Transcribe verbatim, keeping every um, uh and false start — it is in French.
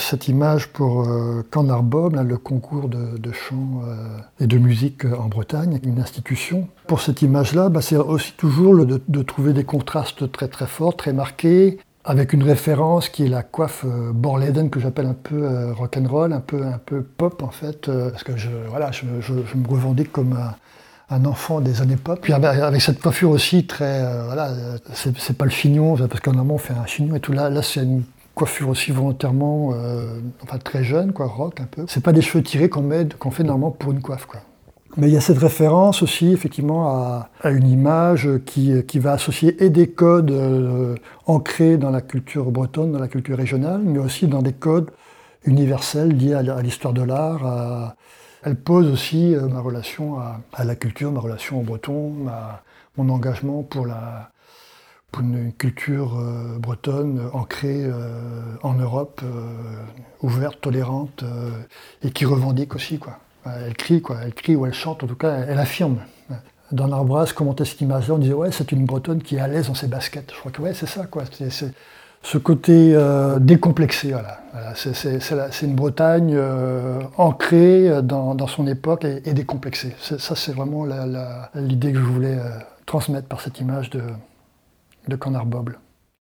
cette image pour euh, Canarbob, là, le concours de, de chant euh, et de musique en Bretagne, une institution. Pour cette image-là, bah, c'est aussi toujours le, de, de trouver des contrastes très très forts, très marqués, avec une référence qui est la coiffe euh, Borleden, que j'appelle un peu euh, rock'n'roll, un peu, un peu pop en fait, euh, parce que je, voilà, je, je, je me revendique comme un, un enfant des années pop. Puis avec cette coiffure aussi très, euh, voilà, c'est, c'est pas le chignon, parce qu'en amont on fait un chignon et tout, là, là c'est une coiffure aussi volontairement, euh, enfin très jeune, quoi, rock un peu. C'est pas des cheveux tirés qu'on met, qu'on fait normalement pour une coiffe, quoi. Mais il y a cette référence aussi, effectivement, à, à une image qui, qui va associer et des codes euh, ancrés dans la culture bretonne, dans la culture régionale, mais aussi dans des codes universels liés à, à l'histoire de l'art. À, elle pose aussi euh, ma relation à, à la culture, ma relation au breton, ma, mon engagement pour, la, pour une culture euh, bretonne ancrée euh, en Europe, euh, ouverte, tolérante, euh, et qui revendique aussi, quoi. Elle crie, quoi. Elle crie ou elle chante, en tout cas, elle affirme. Dans Narboise, commentait cette image-là, on disait ouais, c'est une Bretonne qui est à l'aise dans ses baskets. Je crois que ouais, c'est ça, quoi. C'est, c'est ce côté euh, décomplexé, voilà. Voilà, c'est, c'est, c'est, la, c'est une Bretagne euh, ancrée dans, dans son époque et, et décomplexée. C'est, ça, c'est vraiment la, la, l'idée que je voulais euh, transmettre par cette image de, de Canarbob.